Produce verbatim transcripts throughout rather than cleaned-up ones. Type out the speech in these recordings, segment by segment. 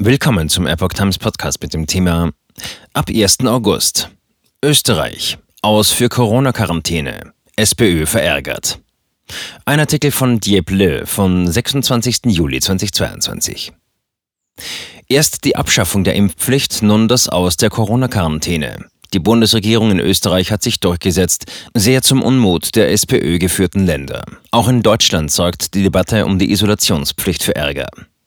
Willkommen zum Epoch Times Podcast mit dem Thema Ab ersten August. Österreich. Aus für Corona-Quarantäne. SPÖ verärgert. Ein Artikel von Diep Le vom sechsundzwanzigsten Juli zweitausendzweiundzwanzig. Erst die Abschaffung der Impfpflicht, nun das Aus der Corona-Quarantäne. Die Bundesregierung in Österreich hat sich durchgesetzt, sehr zum Unmut der SPÖ-geführten Länder. Auch in Deutschland sorgt die Debatte um die Isolationspflicht für Ärger.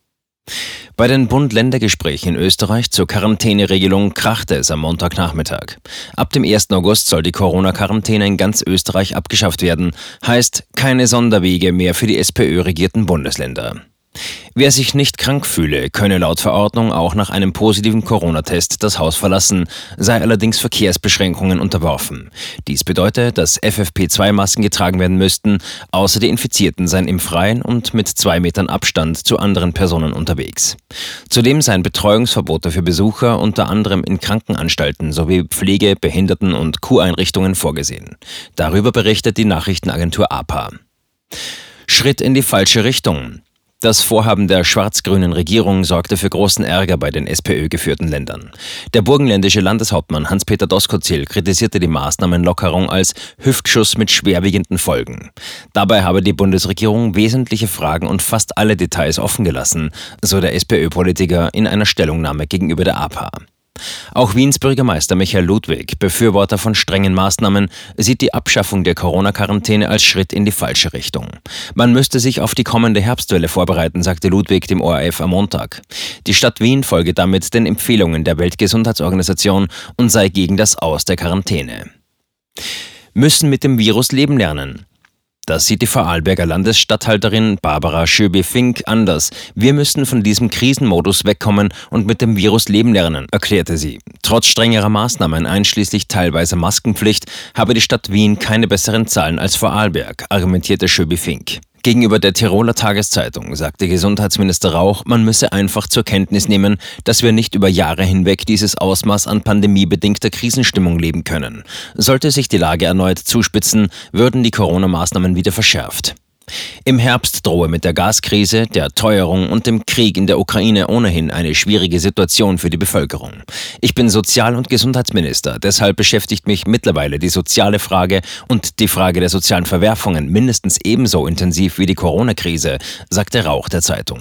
Bei den Bund-Länder-Gesprächen in Österreich zur Quarantäneregelung krachte es am Montagnachmittag. Ab dem ersten August soll die Corona-Quarantäne in ganz Österreich abgeschafft werden, heißt keine Sonderwege mehr für die SPÖ-regierten Bundesländer. Wer sich nicht krank fühle, könne laut Verordnung auch nach einem positiven Corona-Test das Haus verlassen, sei allerdings Verkehrsbeschränkungen unterworfen. Dies bedeute, dass F F P zwei Masken getragen werden müssten, außer die Infizierten seien im Freien und mit zwei Metern Abstand zu anderen Personen unterwegs. Zudem seien Betreuungsverbote für Besucher unter anderem in Krankenanstalten sowie Pflege-, Behinderten- und Kureinrichtungen vorgesehen. Darüber berichtet die Nachrichtenagentur A P A. Schritt in die falsche Richtung. Das Vorhaben der schwarz-grünen Regierung sorgte für großen Ärger bei den SPÖ-geführten Ländern. Der burgenländische Landeshauptmann Hans-Peter Doskozil kritisierte die Maßnahmenlockerung als Hüftschuss mit schwerwiegenden Folgen. Dabei habe die Bundesregierung wesentliche Fragen und fast alle Details offen gelassen, so der SPÖ-Politiker in einer Stellungnahme gegenüber der A P A. Auch Wiens Bürgermeister Michael Ludwig, Befürworter von strengen Maßnahmen, sieht die Abschaffung der Corona-Quarantäne als Schritt in die falsche Richtung. Man müsste sich auf die kommende Herbstwelle vorbereiten, sagte Ludwig dem O R F am Montag. Die Stadt Wien folge damit den Empfehlungen der Weltgesundheitsorganisation und sei gegen das Aus der Quarantäne. Müssen mit dem Virus leben lernen. Das sieht die Vorarlberger Landesstatthalterin Barbara Schöbi-Fink anders. Wir müssen von diesem Krisenmodus wegkommen und mit dem Virus leben lernen, erklärte sie. Trotz strengerer Maßnahmen, einschließlich teilweise Maskenpflicht, habe die Stadt Wien keine besseren Zahlen als Vorarlberg, argumentierte Schöbi-Fink. Gegenüber der Tiroler Tageszeitung sagte Gesundheitsminister Rauch, man müsse einfach zur Kenntnis nehmen, dass wir nicht über Jahre hinweg dieses Ausmaß an pandemiebedingter Krisenstimmung leben können. Sollte sich die Lage erneut zuspitzen, würden die Corona-Maßnahmen wieder verschärft. Im Herbst drohe mit der Gaskrise, der Teuerung und dem Krieg in der Ukraine ohnehin eine schwierige Situation für die Bevölkerung. Ich bin Sozial- und Gesundheitsminister, deshalb beschäftigt mich mittlerweile die soziale Frage und die Frage der sozialen Verwerfungen mindestens ebenso intensiv wie die Corona-Krise, sagte Rauch der Zeitung.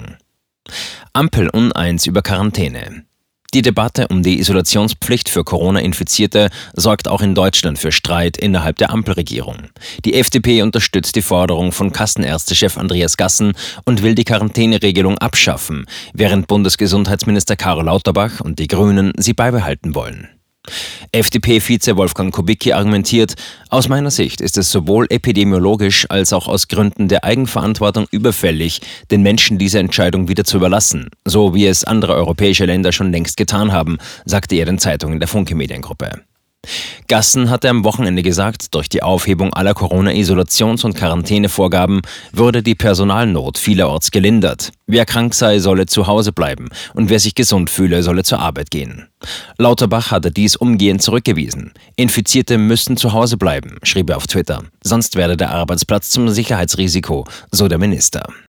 Ampel uneins über Quarantäne. Die Debatte um die Isolationspflicht für Corona-Infizierte sorgt auch in Deutschland für Streit innerhalb der Ampelregierung. Die F D P unterstützt die Forderung von Kassenärztechef Andreas Gassen und will die Quarantäneregelung abschaffen, während Bundesgesundheitsminister Karl Lauterbach und die Grünen sie beibehalten wollen. F D P-Vize Wolfgang Kubicki argumentiert, aus meiner Sicht ist es sowohl epidemiologisch als auch aus Gründen der Eigenverantwortung überfällig, den Menschen diese Entscheidung wieder zu überlassen, so wie es andere europäische Länder schon längst getan haben, sagte er den Zeitungen der Funke Mediengruppe. Gassen hatte am Wochenende gesagt, durch die Aufhebung aller Corona-Isolations- und Quarantänevorgaben würde die Personalnot vielerorts gelindert. Wer krank sei, solle zu Hause bleiben und wer sich gesund fühle, solle zur Arbeit gehen. Lauterbach hatte dies umgehend zurückgewiesen. Infizierte müssen zu Hause bleiben, schrieb er auf Twitter. Sonst werde der Arbeitsplatz zum Sicherheitsrisiko, so der Minister.